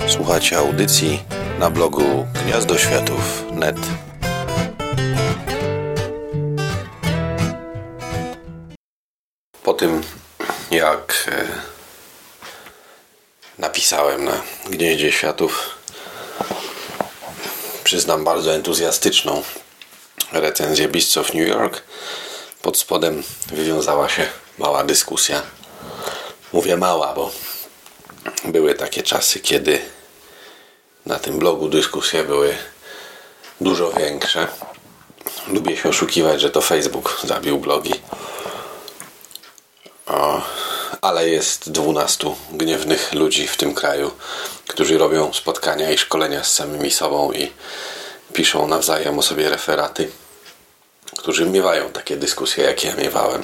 Słuchacie audycji na blogu gniazdoświatów.net. Po tym, jak napisałem na Gnieździe Światów, przyznam, bardzo entuzjastyczną recenzję Beasts of New York, pod spodem wywiązała się mała dyskusja. Mówię mała, bo były takie czasy, kiedy na tym blogu dyskusje były dużo większe. Lubię się oszukiwać, że to Facebook zabił blogi. Ale jest 12 gniewnych ludzi w tym kraju, którzy robią spotkania i szkolenia z samymi sobą i piszą nawzajem o sobie referaty, którzy miewają takie dyskusje, jak ja miewałem.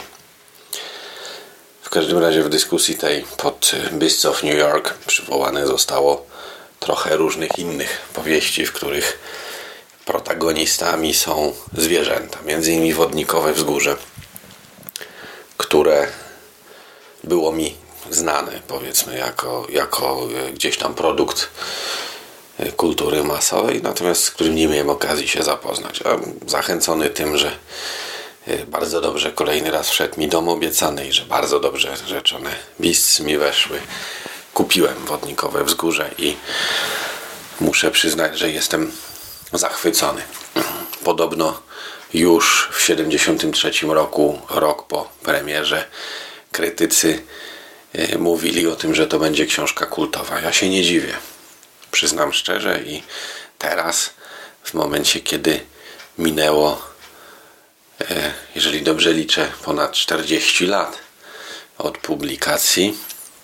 W każdym razie w dyskusji tej pod Beasts of New York przywołane zostało trochę różnych innych powieści, w których protagonistami są zwierzęta. Między innymi Wodnikowe Wzgórze, które było mi znane, powiedzmy, jako gdzieś tam produkt kultury masowej, natomiast z którym nie miałem okazji się zapoznać. A zachęcony tym, że bardzo dobrze kolejny raz wszedł mi Dom Obiecany i że bardzo dobrze rzeczone Beasts mi weszły, kupiłem Wodnikowe Wzgórze i muszę przyznać, że jestem zachwycony. Podobno już w 1973 roku, rok po premierze, krytycy mówili o tym, że to będzie książka kultowa. Ja się nie dziwię, przyznam szczerze, i teraz, w momencie, kiedy minęło, jeżeli dobrze liczę, ponad 40 lat od publikacji,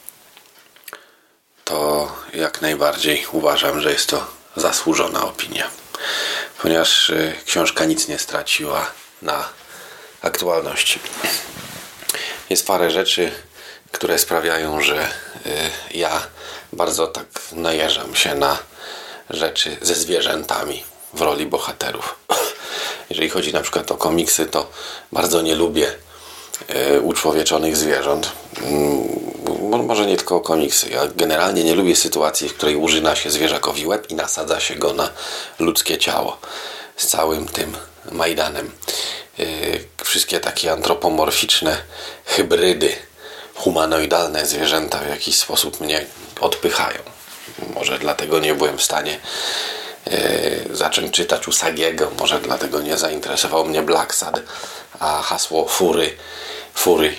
to jak najbardziej uważam, że jest to zasłużona opinia, ponieważ książka nic nie straciła na aktualności. Jest parę rzeczy, które sprawiają, że ja bardzo tak najeżdżam się na rzeczy ze zwierzętami w roli bohaterów. Jeżeli chodzi na przykład o komiksy, to bardzo nie lubię uczłowieczonych zwierząt. Może nie tylko o komiksy. Ja generalnie nie lubię sytuacji, w której użyna się zwierzakowi łeb i nasadza się go na ludzkie ciało z całym tym majdanem. Wszystkie takie antropomorficzne hybrydy, humanoidalne zwierzęta w jakiś sposób mnie odpychają. Może dlatego nie byłem w stanie zacząć czytać Usagiego, może dlatego nie zainteresował mnie Black Sad, a hasło Fury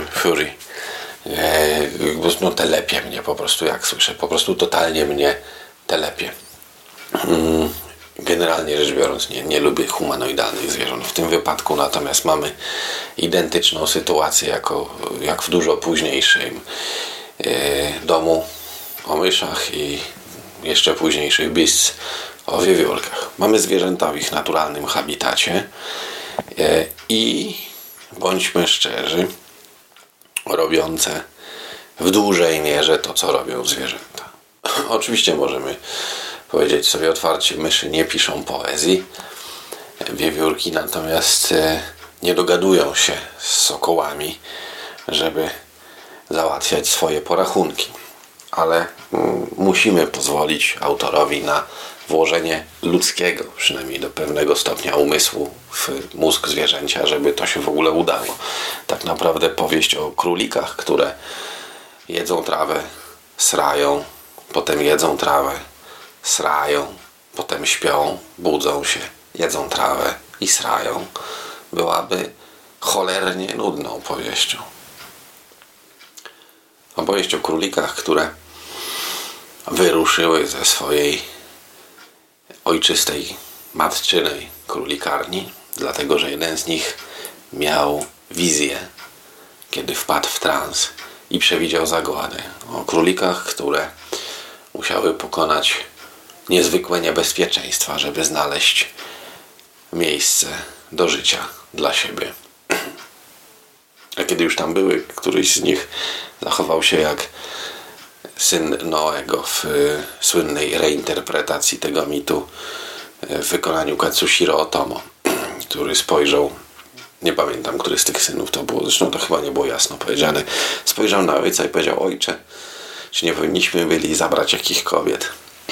no telepie mnie po prostu, jak słyszę, po prostu totalnie mnie telepie. Generalnie rzecz biorąc, nie lubię humanoidalnych zwierząt. W tym wypadku natomiast mamy identyczną sytuację jak w dużo późniejszym Domu o myszach i jeszcze późniejszych Beasts o wiewiórkach. Mamy zwierzęta w ich naturalnym habitacie i bądźmy szczerzy, robiące w dużej mierze to, co robią zwierzęta. Oczywiście możemy powiedzieć sobie otwarcie, myszy nie piszą poezji, wiewiórki natomiast nie dogadują się z sokołami, żeby załatwiać swoje porachunki. Ale musimy pozwolić autorowi na włożenie ludzkiego, przynajmniej do pewnego stopnia, umysłu w mózg zwierzęcia, żeby to się w ogóle udało. Tak naprawdę powieść o królikach, które jedzą trawę, srają, potem jedzą trawę, srają, potem śpią, budzą się, jedzą trawę i srają, byłaby cholernie nudną powieścią. Opowieść o królikach, które wyruszyły ze swojej ojczystej, matczynej królikarni, dlatego że jeden z nich miał wizję, kiedy wpadł w trans i przewidział zagładę. O królikach, które musiały pokonać niezwykłe niebezpieczeństwa, żeby znaleźć miejsce do życia dla siebie. A kiedy już tam były, któryś z nich zachował się jak syn Noego w słynnej reinterpretacji tego mitu w wykonaniu Katsushiro Otomo, który spojrzał, nie pamiętam, który z tych synów to było, zresztą to chyba nie było jasno powiedziane, spojrzał na ojca i powiedział: ojcze, czy nie powinniśmy byli zabrać jakich kobiet?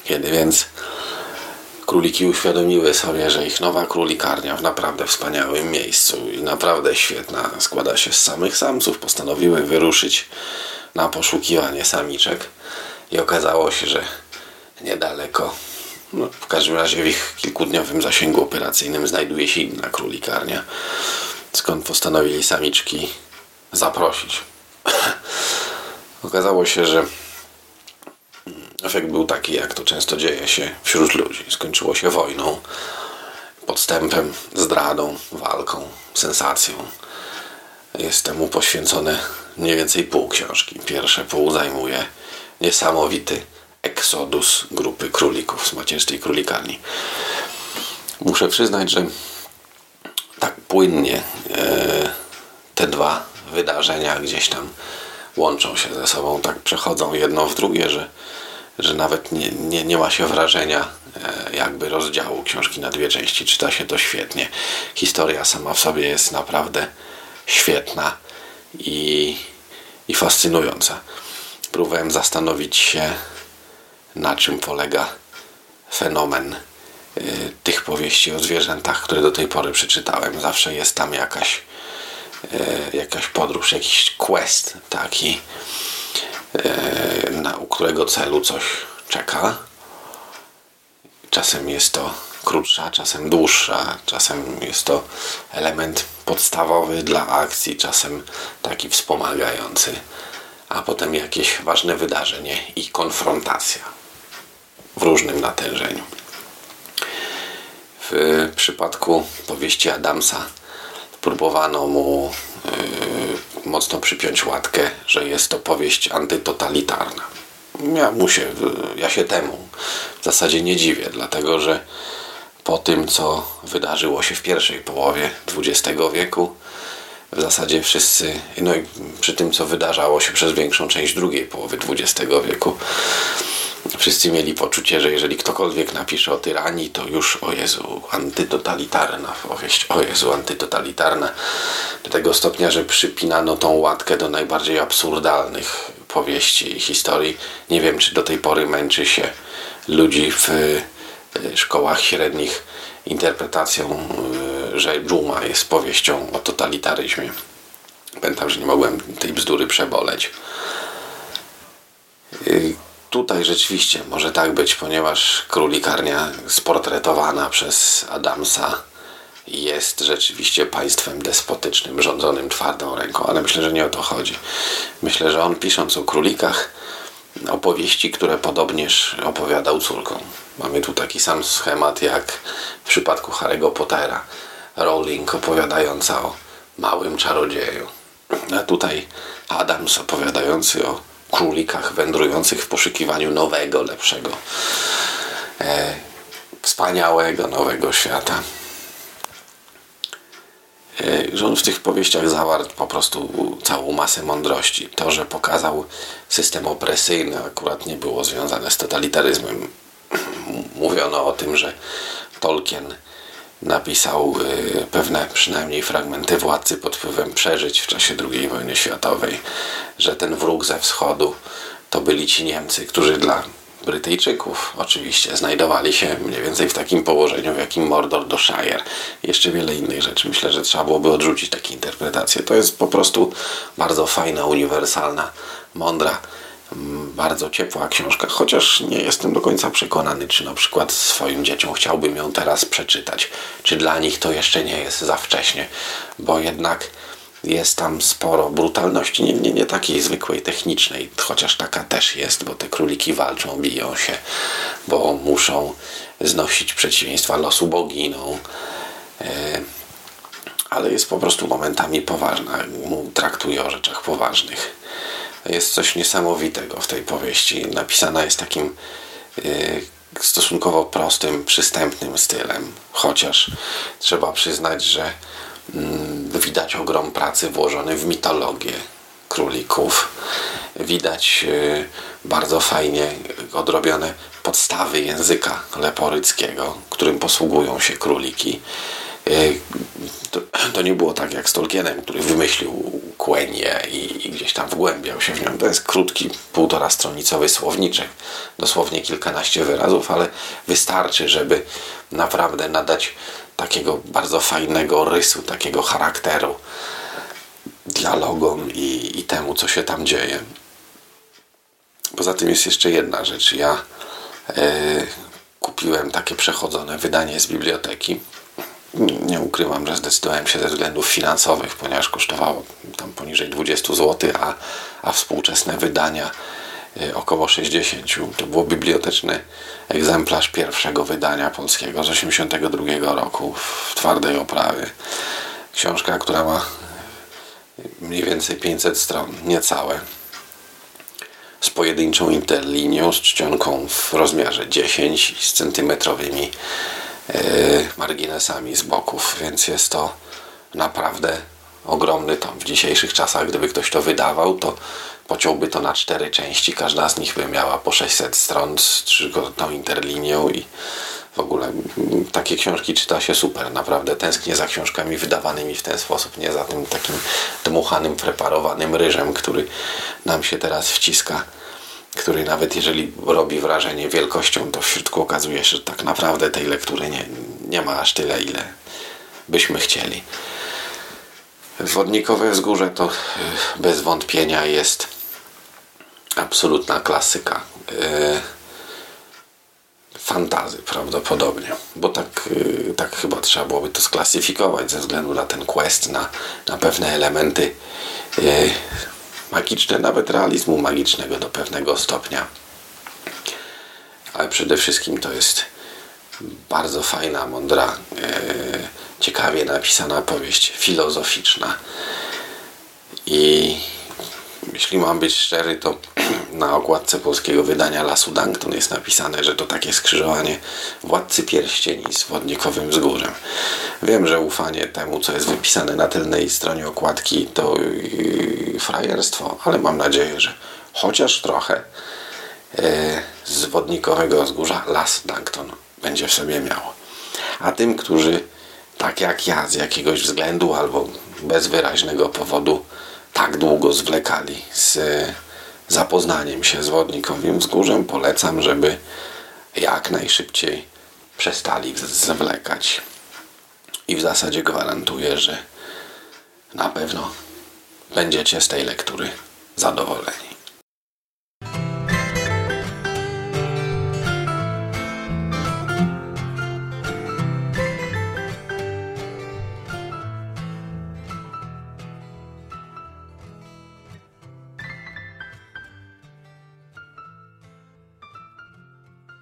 Kiedy więc króliki uświadomiły sobie, że ich nowa królikarnia w naprawdę wspaniałym miejscu i naprawdę świetna składa się z samych samców, postanowiły wyruszyć na poszukiwanie samiczek i okazało się, że niedaleko, w każdym razie w ich kilkudniowym zasięgu operacyjnym znajduje się inna królikarnia, skąd postanowili samiczki zaprosić. Okazało się, że efekt był taki, jak to często dzieje się wśród ludzi. Skończyło się wojną, podstępem, zdradą, walką, sensacją. Jest temu poświęcone mniej więcej pół książki. Pierwsze pół zajmuje niesamowity eksodus grupy królików z macierzystej królikarni. Muszę przyznać, że tak płynnie te dwa wydarzenia gdzieś tam łączą się ze sobą, tak przechodzą jedno w drugie, że nawet nie ma się wrażenia jakby rozdziału książki na dwie części. Czyta się to świetnie. Historia sama w sobie jest naprawdę świetna i fascynująca. Próbowałem zastanowić się, na czym polega fenomen tych powieści o zwierzętach, które do tej pory przeczytałem. Zawsze jest tam jakaś podróż, jakiś quest taki, u którego celu coś czeka. Czasem jest to krótsza, czasem dłuższa, czasem jest to element podstawowy dla akcji, czasem taki wspomagający, a potem jakieś ważne wydarzenie i konfrontacja w różnym natężeniu. W przypadku powieści Adamsa próbowano mu mocno przypiąć łatkę, że jest to powieść antytotalitarna. Ja się temu w zasadzie nie dziwię, dlatego że po tym, co wydarzyło się w pierwszej połowie XX wieku, w zasadzie wszyscy, no i przy tym, co wydarzało się przez większą część drugiej połowy XX wieku, wszyscy mieli poczucie, że jeżeli ktokolwiek napisze o tyranii, to już o Jezu, antytotalitarna powieść, o Jezu, antytotalitarna. Do tego stopnia, że przypinano tą łatkę do najbardziej absurdalnych powieści i historii. Nie wiem, czy do tej pory męczy się ludzi w szkołach średnich interpretacją, że Dżuma jest powieścią o totalitaryzmie. Pamiętam, że nie mogłem tej bzdury przeboleć. Tutaj rzeczywiście może tak być, ponieważ królikarnia sportretowana przez Adamsa jest rzeczywiście państwem despotycznym, rządzonym twardą ręką, ale myślę, że nie o to chodzi. Myślę, że on, pisząc o królikach, opowieści, które podobnież opowiadał córkom. Mamy tu taki sam schemat jak w przypadku Harry'ego Pottera. Rowling opowiadająca o małym czarodzieju. A tutaj Adams opowiadający o królikach wędrujących w poszukiwaniu nowego, lepszego, wspaniałego, nowego świata. Że on w tych powieściach zawarł po prostu całą masę mądrości. To, że pokazał system opresyjny, akurat nie było związane z totalitaryzmem. Mówiono o tym, że Tolkien napisał pewne przynajmniej fragmenty Władcy pod wpływem przeżyć w czasie II wojny światowej, że ten wróg ze wschodu to byli ci Niemcy, którzy dla Brytyjczyków oczywiście znajdowali się mniej więcej w takim położeniu, w jakim Mordor do Shire. Jeszcze wiele innych rzeczy. Myślę, że trzeba byłoby odrzucić takie interpretacje. To jest po prostu bardzo fajna, uniwersalna, mądra, bardzo ciepła książka, chociaż nie jestem do końca przekonany, czy na przykład swoim dzieciom chciałbym ją teraz przeczytać. Czy dla nich to jeszcze nie jest za wcześnie, bo jednak jest tam sporo brutalności, nie takiej zwykłej, technicznej, chociaż taka też jest, bo te króliki walczą, biją się, bo muszą znosić przeciwieństwa, losu boginą, ale jest po prostu momentami poważna, traktuje o rzeczach poważnych. Jest coś niesamowitego w tej powieści. Napisana jest takim stosunkowo prostym, przystępnym stylem, chociaż trzeba przyznać, że widać ogrom pracy włożony w mitologię królików. Widać bardzo fajnie odrobione podstawy języka leporyckiego, którym posługują się króliki. To nie było tak jak z Tolkienem, który wymyślił Quenya i gdzieś tam wgłębiał się w nią. To jest krótki, 1,5-stronicowy słowniczek, dosłownie kilkanaście wyrazów, ale wystarczy, żeby naprawdę nadać takiego bardzo fajnego rysu, takiego charakteru dialogom i temu, co się tam dzieje. Poza tym jest jeszcze jedna rzecz. Ja kupiłem takie przechodzone wydanie z biblioteki. Nie ukrywam, że zdecydowałem się ze względów finansowych, ponieważ kosztowało tam poniżej 20 zł, a współczesne wydania około 60. To był biblioteczny egzemplarz pierwszego wydania polskiego z 1982 roku w twardej oprawie. Książka, która ma mniej więcej 500 stron, niecałe. Z pojedynczą interlinią, z czcionką w rozmiarze 10 z centymetrowymi marginesami z boków, więc jest to naprawdę ogromny tom. W dzisiejszych czasach, gdyby ktoś to wydawał, to pociąłby to na 4 części, każda z nich by miała po 600 stron z 3-krotną interlinią i w ogóle takie książki czyta się super. Naprawdę tęsknię za książkami wydawanymi w ten sposób, nie za tym takim dmuchanym, preparowanym ryżem, który nam się teraz wciska, który nawet jeżeli robi wrażenie wielkością, to w środku okazuje się, że tak naprawdę tej lektury nie ma aż tyle, ile byśmy chcieli. Wodnikowe Wzgórze to bez wątpienia jest absolutna klasyka. Fantazy prawdopodobnie, bo tak chyba trzeba byłoby to sklasyfikować ze względu na ten quest, na pewne elementy magiczne, nawet realizmu magicznego do pewnego stopnia. Ale przede wszystkim to jest bardzo fajna, mądra, ciekawie napisana powieść filozoficzna. I jeśli mam być szczery, to na okładce polskiego wydania Lasu Dankton jest napisane, że to takie skrzyżowanie Władcy Pierścieni z Wodnikowym Wzgórzem. Wiem, że ufanie temu, co jest wypisane na tylnej stronie okładki, to frajerstwo, ale mam nadzieję, że chociaż trochę z Wodnikowego Wzgórza Las Dankton będzie w sobie miało. A tym, którzy tak jak ja z jakiegoś względu albo bez wyraźnego powodu tak długo zwlekali z zapoznaniem się z Wodnikowym Wzgórzem, polecam, żeby jak najszybciej przestali zwlekać. I w zasadzie gwarantuję, że na pewno będziecie z tej lektury zadowoleni.